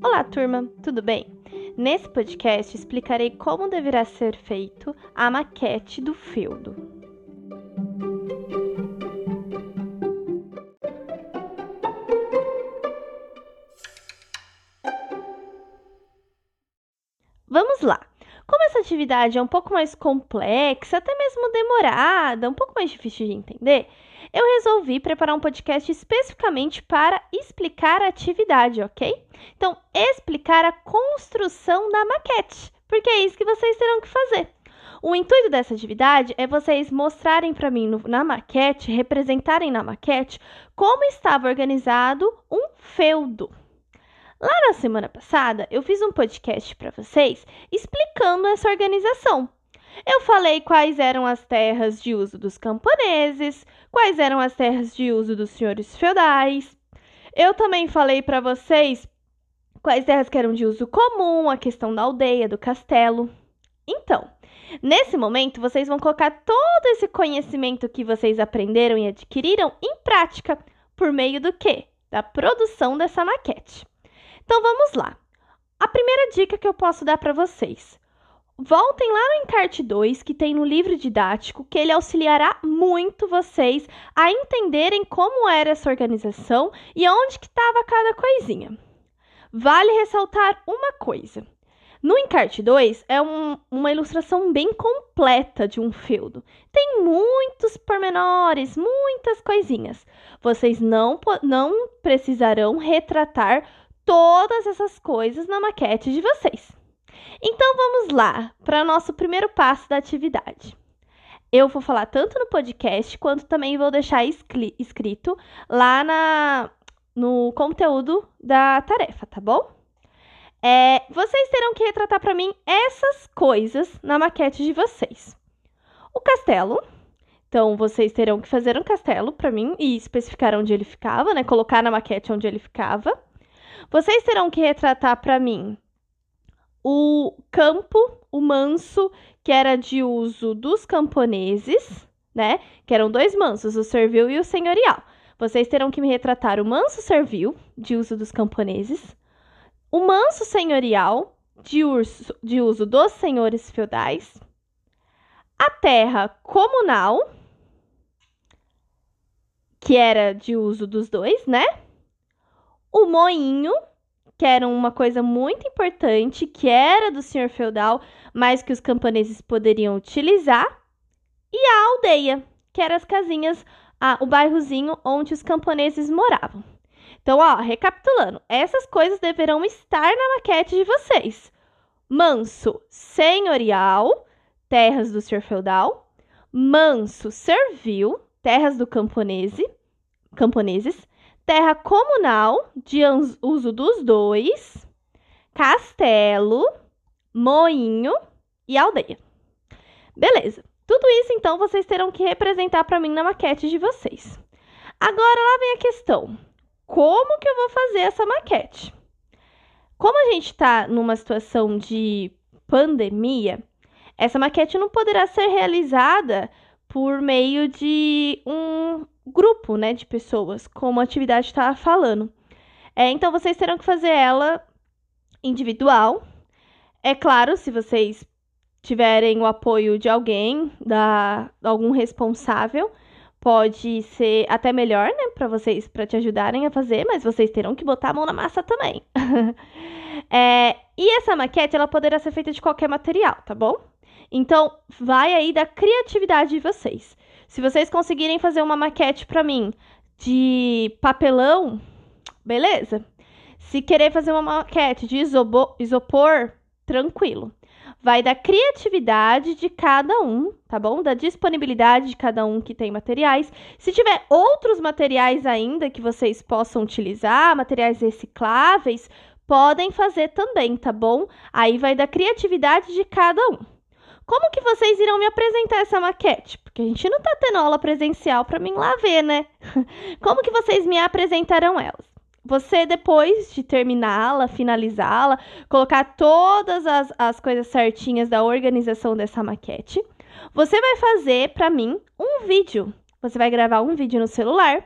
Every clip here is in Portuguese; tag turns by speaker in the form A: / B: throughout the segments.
A: Olá, turma, tudo bem? Nesse podcast explicarei como deverá ser feito a maquete do feudo. Vamos lá! Como essa atividade é um pouco mais complexa, até mesmo demorada, um pouco mais difícil de entender, eu resolvi preparar um podcast especificamente para explicar a atividade, ok? Então, explicar a construção da maquete, porque é isso que vocês terão que fazer. O intuito dessa atividade é vocês mostrarem para mim na maquete, representarem na maquete, como estava organizado um feudo. Lá na semana passada, eu fiz um podcast para vocês explicando essa organização. Eu falei quais eram as terras de uso dos camponeses, quais eram as terras de uso dos senhores feudais. Eu também falei para vocês quais terras que eram de uso comum, a questão da aldeia, do castelo. Então, nesse momento, vocês vão colocar todo esse conhecimento que vocês aprenderam e adquiriram em prática, por meio do quê? Da produção dessa maquete. Então, vamos lá. A primeira dica que eu posso dar para vocês. Voltem lá no encarte 2, que tem no livro didático, que ele auxiliará muito vocês a entenderem como era essa organização e onde que estava cada coisinha. Vale ressaltar uma coisa. No encarte 2 é uma ilustração bem completa de um feudo. Tem muitos pormenores, muitas coisinhas. Vocês não precisarão retratar todas essas coisas na maquete de vocês. Então, vamos lá para o nosso primeiro passo da atividade. Eu vou falar tanto no podcast, quanto também vou deixar escrito lá no conteúdo da tarefa, tá bom? Vocês terão que retratar para mim essas coisas na maquete de vocês. O castelo. Então, vocês terão que fazer um castelo para mim e especificar onde ele ficava, né? Colocar na maquete onde ele ficava. Vocês terão que retratar para mim o campo, o manso, que era de uso dos camponeses, né? Que eram dois mansos, o servil e o senhorial. Vocês terão que me retratar o manso servil, de uso dos camponeses, o manso senhorial, de uso dos senhores feudais, a terra comunal, que era de uso dos dois, né? O moinho, que era uma coisa muito importante, que era do senhor feudal, mas que os camponeses poderiam utilizar. E a aldeia, que eram as casinhas, o bairrozinho onde os camponeses moravam. Então, recapitulando, essas coisas deverão estar na maquete de vocês. Manso senhorial, terras do senhor feudal. Manso servil, terras do camponeses. Terra comunal, de uso dos dois, castelo, moinho e aldeia. Beleza. Tudo isso, então, vocês terão que representar para mim na maquete de vocês. Agora, lá vem a questão. Como que eu vou fazer essa maquete? Como a gente está numa situação de pandemia, essa maquete não poderá ser realizada por meio de um grupo, né, de pessoas, como a atividade estava falando. Então, vocês terão que fazer ela individual. É claro, se vocês tiverem o apoio de alguém, algum responsável, pode ser até melhor, né, para te ajudarem a fazer, mas vocês terão que botar a mão na massa também. E essa maquete, ela poderá ser feita de qualquer material, tá bom? Então, vai aí da criatividade de vocês. Se vocês conseguirem fazer uma maquete para mim de papelão, beleza? Se querer fazer uma maquete de isopor, tranquilo. Vai da criatividade de cada um, tá bom? Da disponibilidade de cada um que tem materiais. Se tiver outros materiais ainda que vocês possam utilizar, materiais recicláveis, podem fazer também, tá bom? Aí vai da criatividade de cada um. Como que vocês irão me apresentar essa maquete? Porque a gente não tá tendo aula presencial para mim lá ver, né? Como que vocês me apresentarão elas? Você, depois de terminá-la, finalizá-la, colocar todas as coisas certinhas da organização dessa maquete, você vai fazer para mim um vídeo. Você vai gravar um vídeo no celular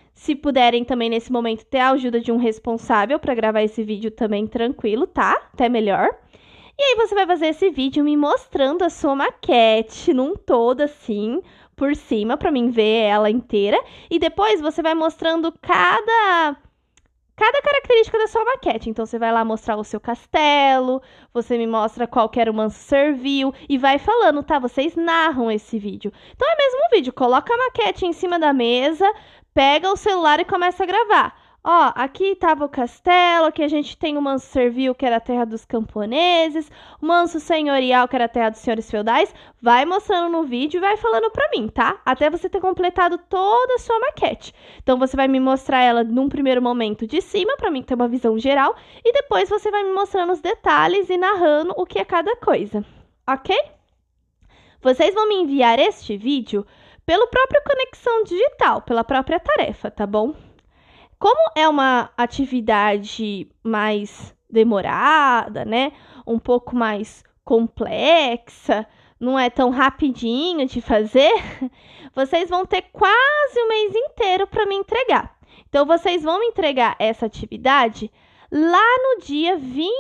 A: Se puderem também nesse momento ter a ajuda de um responsável para gravar esse vídeo também tranquilo, tá? Até melhor. E aí você vai fazer esse vídeo me mostrando a sua maquete num todo assim, por cima, para mim ver ela inteira. E depois você vai mostrando cada característica da sua maquete. Então, você vai lá mostrar o seu castelo, você me mostra qual que era o manso servil e vai falando, tá? Vocês narram esse vídeo. Então, é mesmo um vídeo. Coloca a maquete em cima da mesa, pega o celular e começa a gravar. Ó, aqui tava o castelo, aqui a gente tem o manso servil, que era a terra dos camponeses, o manso senhorial, que era a terra dos senhores feudais. Vai mostrando no vídeo e vai falando pra mim, tá? Até você ter completado toda a sua maquete. Então, você vai me mostrar ela num primeiro momento de cima, pra mim ter uma visão geral, e depois você vai me mostrando os detalhes e narrando o que é cada coisa, ok? Vocês vão me enviar este vídeo pelo próprio Conexão Digital, pela própria tarefa, tá bom? Como é uma atividade mais demorada, né? Um pouco mais complexa, não é tão rapidinho de fazer, vocês vão ter quase um mês inteiro para me entregar. Então, vocês vão me entregar essa atividade lá no dia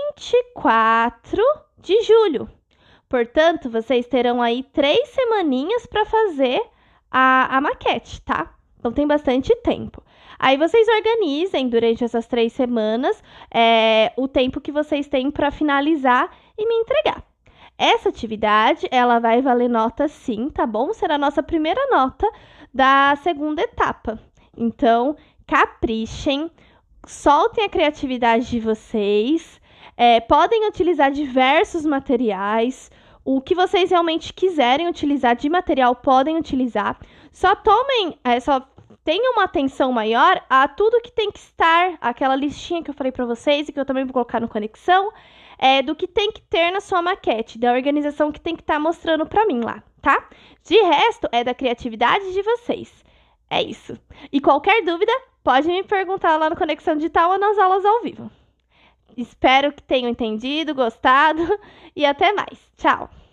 A: 24 de julho. Portanto, vocês terão aí 3 semaninhas para fazer a maquete, tá? Então, tem bastante tempo. Aí vocês organizem durante essas 3 semanas o tempo que vocês têm para finalizar e me entregar. Essa atividade, ela vai valer nota sim, tá bom? Será a nossa primeira nota da segunda etapa. Então, caprichem, soltem a criatividade de vocês, podem utilizar diversos materiais, o que vocês realmente quiserem utilizar de material, podem utilizar. Só tenham uma atenção maior a tudo que tem que estar, aquela listinha que eu falei para vocês e que eu também vou colocar no Conexão, do que tem que ter na sua maquete, da organização que tem que estar mostrando para mim lá, tá? De resto, é da criatividade de vocês. É isso. E qualquer dúvida, pode me perguntar lá no Conexão Digital ou nas aulas ao vivo. Espero que tenham entendido, gostado e até mais. Tchau!